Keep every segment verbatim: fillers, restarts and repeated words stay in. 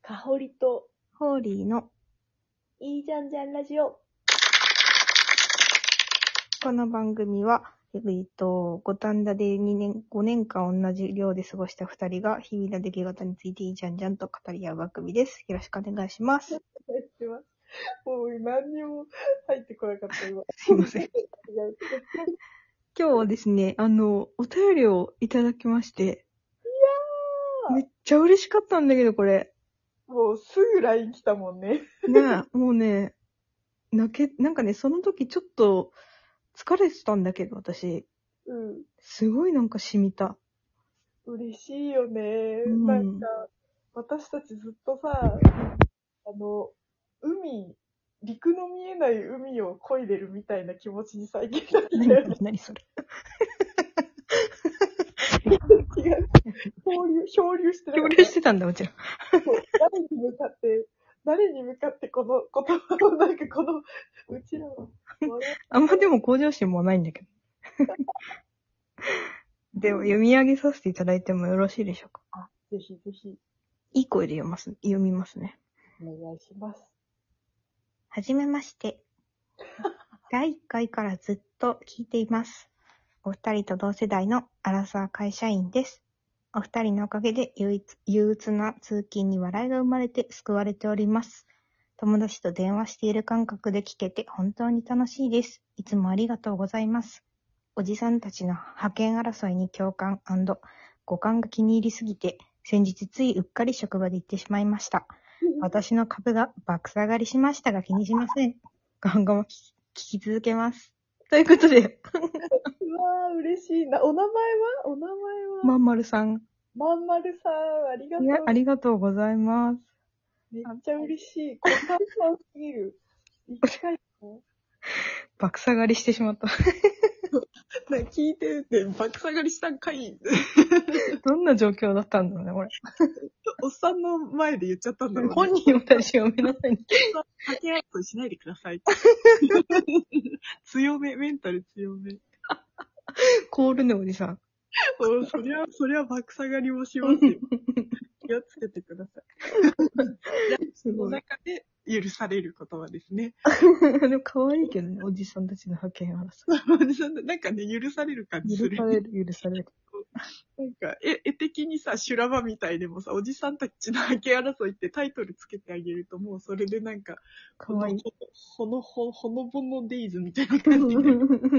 かほりとホーリーのいいじゃんじゃんラジオ。 この番組は、えっと、五反田でにねん、ごねんかん同じ寮で過ごしたふたりが日々の出来事についていいじゃんじゃんと語り合う番組です。よろしくお願いします。 お願いします。もう何にも入ってこなかった今。 すいません。今日はですね、あの、お便りをいただきまして、 いやめっちゃ嬉しかったんだけど、これ。 ー、もうすぐ ライン 来たもんね。 ねえ、もうね、泣け、なんかね、その時ちょっと疲れてたんだけど、私。 うん。 すごいなんか染みた。 嬉しいよね。 うんなんか、私たちずっとさ、あの、海、陸の見えない海を漕いでるみたいな気持ちに最近なってた何よね。 何それ。 違う。漂流、漂流してなか漂った。 流してたんだ、もちろん。 そう誰に向かって、誰に向かってこの言葉を、なんかこの、うちらは、 あんまでも向上心もないんだけど。では、読み上げさせていただいてもよろしいでしょうか。 あ、ぜひぜひ、 いい声で読ます、読みますね。 お願いします。 はじめまして。だいいっかいからずっと聞いています。お二人と同世代のアラサー会社員です。お二人のおかげで憂鬱、憂鬱な通勤に笑いが生まれて救われております。友達と電話している感覚で聞けて本当に楽しいです。いつもありがとうございます。おじさんたちの覇権争いに共感&五感が気に入りすぎて、先日ついうっかり職場で言ってしまいました。私の株が爆下がりしましたが気にしません。今後も聞き、聞き続けます。ということで、 うわー、嬉しいな。お名前はお名前はまんまるさん。 まんまるさん、ありがといや、 う。 ありがとうございます。 めっちゃ嬉しい。こんなすぎる。一回も。 爆下がりしてしまった。 なんか聞いてて、爆下がりしたんかい。 どんな状況だったんだろうね、これ。 おっさんの前で言っちゃったんだろうね。 本人私ごめんなさい。 掛け合いとしないでください。強め、メンタル強め。 コールね、おじさん。 おそりゃ、そりゃ爆下がりもしますよ。気をつけてください。その中で許される言葉ですね。 でも可愛いけどね、おじさんたちの派遣争なんかね、許される感い。 じする。 許される、許される。 なんか、絵、絵的にさ、修羅場みたいでもさ、おじさんたちの覇権争いってタイトルつけてあげると、もうそれでなんか、 可愛い。 ほの、ほの、ほのぼのデイズみたいな感じで。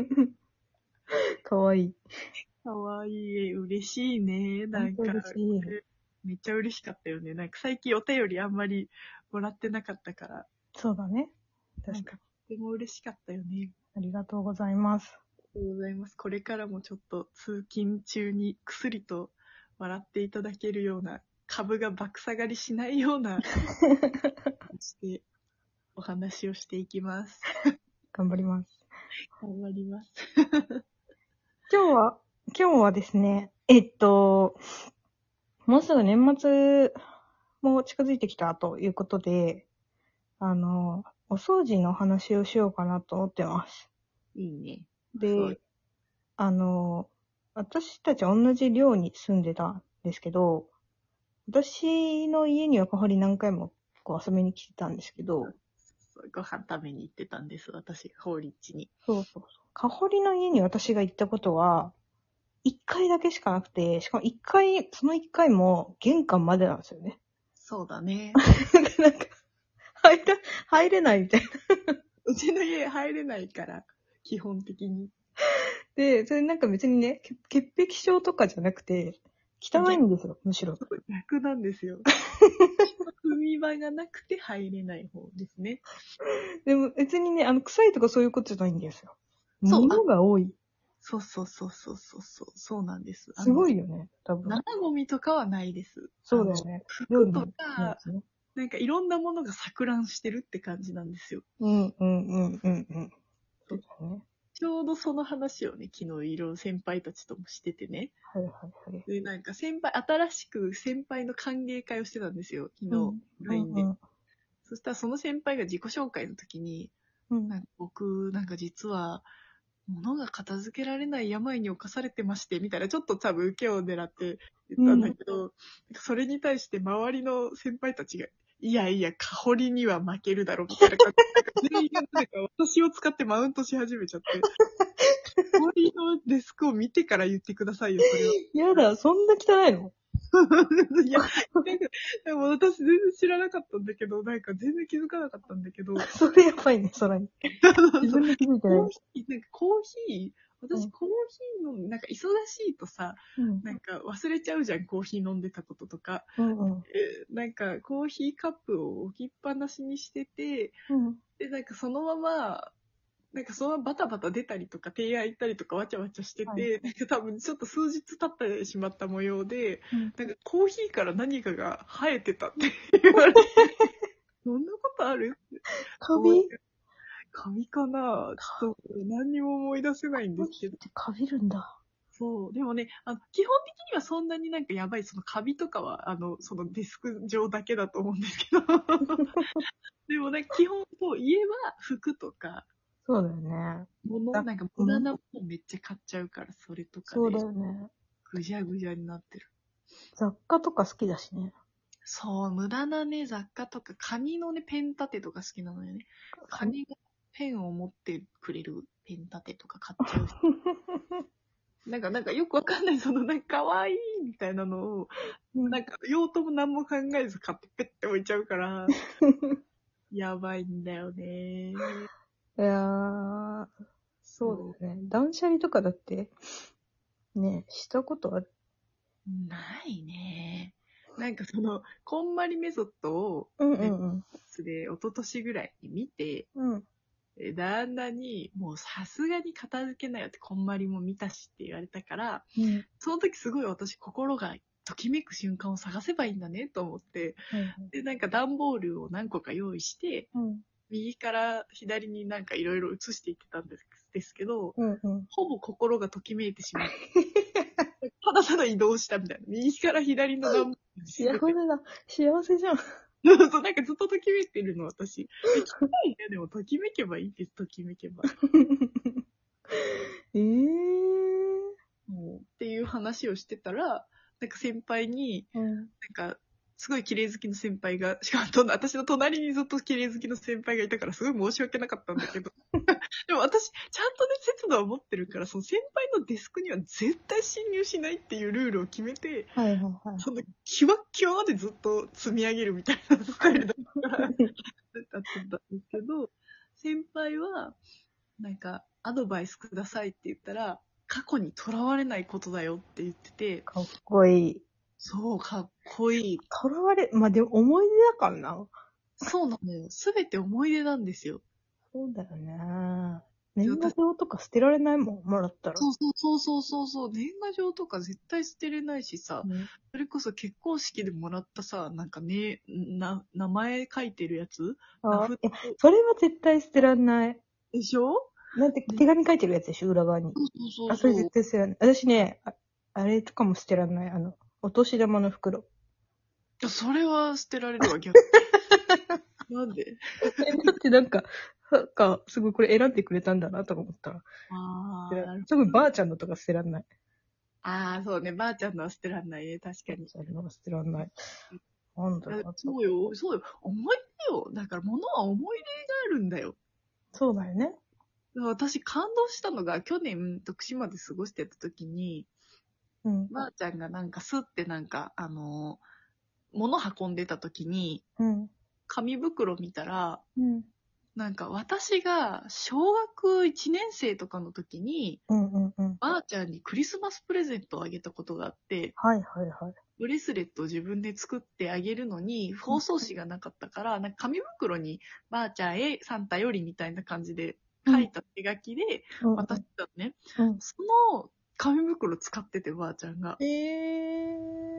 可愛い。 かわいい。嬉しいね。なんか、 嬉しい。 めっちゃ嬉しかったよね。なんか最近お便りあんまりもらってなかったから。 そうだね。 なんか、とても嬉しかったよね。 ありがとうございます。 ありがとうございます。これからもちょっと通勤中に薬と笑っていただけるような、株が爆下がりしないような、してお話をしていきます。 頑張ります。 頑張ります。 今日は、今日はですね、えっと、もうすぐ年末も近づいてきたということで、あの、お掃除の話をしようかなと思ってます。 いいね。 で、あの、私たち同じ寮に住んでたんですけど、私の家にはかほり何回もこう遊びに来てたんですけど、 ご飯食べに行ってたんです、私、ホーリッチに。 そうそうそう。かほりの家に私が行ったことは、一回だけしかなくて、しかも一回、その一回も玄関までなんですよね。 そうだね。 なんか、入ら、入れないみたいな。 うちの家入れないから、基本的に。 で、それなんか別にね、け潔癖症とかじゃなくて、汚いんですよ、むしろ。 逆なんですよ。踏み場がなくて入れない方ですね。 でも別にね、あの、臭いとかそういうことじゃないんですよ。 そう物が多い。 そうそうそうそうそうそう、そうなんです。 すごいよね、多分。 生ゴミとかはないです。 そうだよね。 服とか、 ね、 なんかいろんなものが錯乱してるって感じなんですよ。 うんうんうんうんうん。そうだね。 ちょうどその話をね、昨日いろいろ先輩たちともしててね。 はいはいはい。 で、なんか先輩、新しく先輩の歓迎会をしてたんですよ、昨日、 うん、 ライン で、 うんうん。 そしたらその先輩が自己紹介の時に、 うん、 なんか僕、なんか実は、 物が片付けられない病に侵されてまして、みたいな、ちょっと多分受けを狙って言ったんだけど、うん、それに対して周りの先輩たちが、いやいや、かほりには負けるだろ、みたいな感じで、全員がなんか私を使ってマウントし始めちゃって、かほりのデスクを見てから言ってくださいよ、それは。 やだ、そんな汚いのいや、なんか、でも私全然知らなかったんだけど、なんか全然気づかなかったんだけど。 それやばいね、そらに。自分で気づいてない。 コーヒー、なんかコーヒー、私コーヒーの、なんか忙しいとさ、うん、なんか忘れちゃうじゃん、コーヒー飲んでたこととか。うんうん、えなんかコーヒーカップを置きっぱなしにしてて、うん、で、なんかそのまま、なんかそのままバタバタ出たりとか、提案行ったりとかわちゃわちゃしてて、はい、なんか多分ちょっと数日経ってしまった模様で、うん、なんかコーヒーから何かが生えてたって言われて、そんなことあるって。 カビカビかなちょっと何にも思い出せないんですけど。 ってカビるんだ。 そう。でもね、あの、基本的にはそんなになんかやばい、そのカビとかは、あの、そのデスク上だけだと思うんですけど。でもね、基本、こう、家は服とか、 そうだよね。 物、なんか無駄なものめっちゃ買っちゃうから、それとかで。 そうだよね。 ぐじゃぐじゃになってる。 雑貨とか好きだしね。 そう、無駄なね、雑貨とか、カニのね、ペン立てとか好きなのよね。カニがペンを持ってくれるペン立てとか買っちゃうし。なんか、なんかよくわかんない、その、なんか可愛いみたいなのを、うん、なんか用途も何も考えず買ってペッて置いちゃうから、やばいんだよね。 いやー、そうだよね。断捨離とかだって、ね、したことある？ ないね。なんかその、こんまりメソッドを、 うんうんうん、 で、一昨年ぐらいに見て、 うん、 旦那に、もうさすがに片付けなよって、こんまりも見たしって言われたから、うん、その時すごい私心がときめく瞬間を探せばいいんだねと思って、うん、で、なんか段ボールを何個か用意して、うん、右から左になんかいろいろ移していってたんですですけど、うんうん、ほぼ心がときめいてしまって、ただただ移動したみたいな。右から左の段ボールに幸せだ。幸せじゃん。 そう、なんかずっとときめいてるの、私。え、聞きたいね。でも、ときめけばいいです、ときめけば。 えー。 もうっていう話をしてたら、なんか先輩に、うん、なんか、すごい綺麗好きの先輩が、しかも私の隣にずっと綺麗好きの先輩がいたからすごい申し訳なかったんだけど。でも私、ちゃんとね、節度を持ってるから、その先輩のデスクには絶対侵入しないっていうルールを決めて、はいはいはい、その、キワッキワまでずっと積み上げるみたいなスタイルだったから、だってたんですけど、先輩は、なんか、アドバイスくださいって言ったら、過去にとらわれないことだよって言ってて。 かっこいい。 そう、かっこいい。 とらわれ、まあ、でも思い出だからな。 そうなのよ。すべて思い出なんですよ。 そうだよね。年賀状とか捨てられないもん、もらったら。 そうそうそうそうそう。年賀状とか絶対捨てれないしさ、うん、それこそ結婚式でもらったさ、なんかね、な、名前書いてるやつあいやそれは絶対捨てられない。 でしょなんて手紙書いてるやつでしょ、裏側に。 そうそうそう。 あ、それ絶対捨てられない。私ね、あ、あれとかも捨てられない。あの、お年玉の袋。 それは捨てられるわ、逆に。なんでだってなんか、なんか、すごいこれ選んでくれたんだなとか思ったら。 ああ。 多分ばあちゃんのとか捨てらんない。 ああ、そうね。ばあちゃんのは捨てらんないね。確かに。 ばあちゃんのは捨てらんない。なんだろう。 そうよ。そうよ。思い出よ。だから物は思い出があるんだよ。 そうだよね。 私感動したのが、去年、徳島で過ごしてた時に、うん、ばあちゃんがなんかスッてなんか、あの、物運んでた時に、うん、紙袋見たら、うん、なんか私が小学いちねん生とかの時に、うんうんうん、ばあちゃんにクリスマスプレゼントをあげたことがあって、 はいはいはい。 ブレスレットを自分で作ってあげるのに、包装紙がなかったから、なんか紙袋にばあちゃんへサンタよりみたいな感じで書いた手書きで渡したのね。うんうん、その紙袋使ってて、ばあちゃんが。えー。えー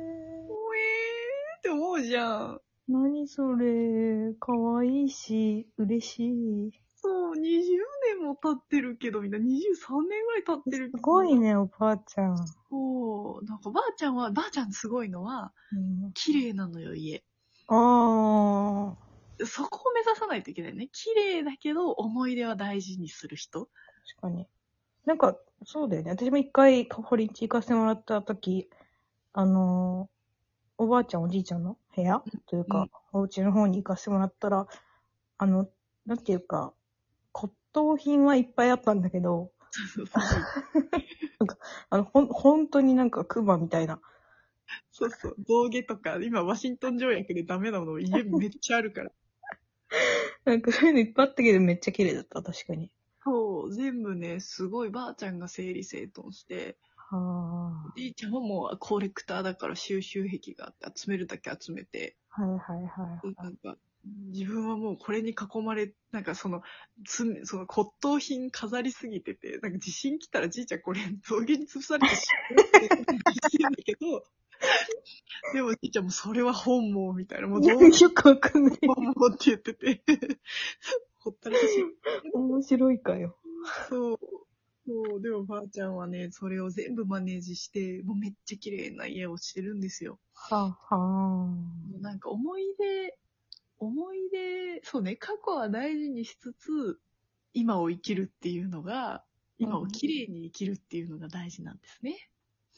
って思うじゃん。 何それ、かわいいし、嬉しい。 そう、にじゅうねんも経ってるけど、みんなにじゅうさんねんぐらい経ってるけど。 すごいね、おばあちゃん。 そう、なんかばあちゃんは、ばあちゃんすごいのは、うん、綺麗なのよ、家。ああ。そこを目指さないといけないね。綺麗だけど、思い出は大事にする人。 確かに。 なんか、そうだよね。私も一回、カホリンチ行かせてもらった時、あのーおばあちゃんおじいちゃんの部屋というか、 うん。 お家の方に行かせてもらったら、あの、なんていうか、骨董品はいっぱいあったんだけど、 そうそうそう。 あの、ほん、本当になんかクマみたいな。 そうそう。象牙とか、今ワシントン条約でダメなの家めっちゃあるから。 なんかそういうのいっぱいあったけどめっちゃ綺麗だった、確かに。 そう、全部ね、すごいばあちゃんが整理整頓して、 はおじいちゃんはもうコレクターだから収集癖があって集めるだけ集めて、 あ。はいはいはい。 なんか、自分はもうこれに囲まれ、なんかその、つその骨董品飾りすぎてて、なんか地震来たらじいちゃんこれ象牙に潰されて死ぬって言ってんだけど、でもじいちゃんもそれは本望みたいな、もう象牙よくわかんない。 本望って言ってて、ほったらかし。 面白いかよ。 そう。そう、でもばあちゃんはね、それを全部マネージして、もうめっちゃ綺麗な家をしてるんですよ。 はあ、はもうなんか思い出、思い出、そうね、過去は大事にしつつ、今を生きるっていうのが、今を綺麗に生きるっていうのが大事なんですね。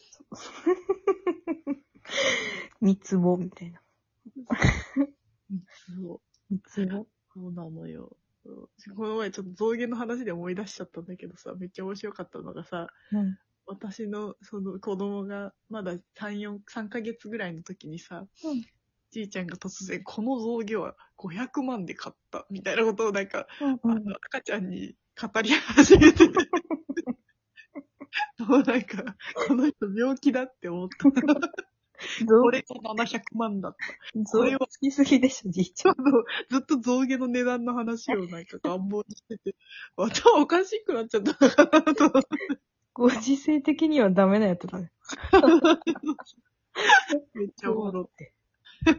三つ子みたいな。 そう。 三つ子そうなのよ。そうこの前ちょっと象牙の話で思い出しちゃったんだけどさ、めっちゃ面白かったのがさ、 うん。 私のその子供がまださん、よん、さんかげつぐらいの時にさ、 うん。 じいちゃんが突然、この象牙はごひゃくまんで買った、みたいなことをなんか、 うん。 あの、赤ちゃんに語り始めてて、もうなんか、この人病気だって思った。これがななひゃくまんだった。これは好きすぎでしょ、じいちゃん。 ずっと象牙の値段の話をなんか願望にしてて、頭おかしくなっちゃったのかなと思って。 ご時世的にはダメなやつだね。 めっちゃおもろって。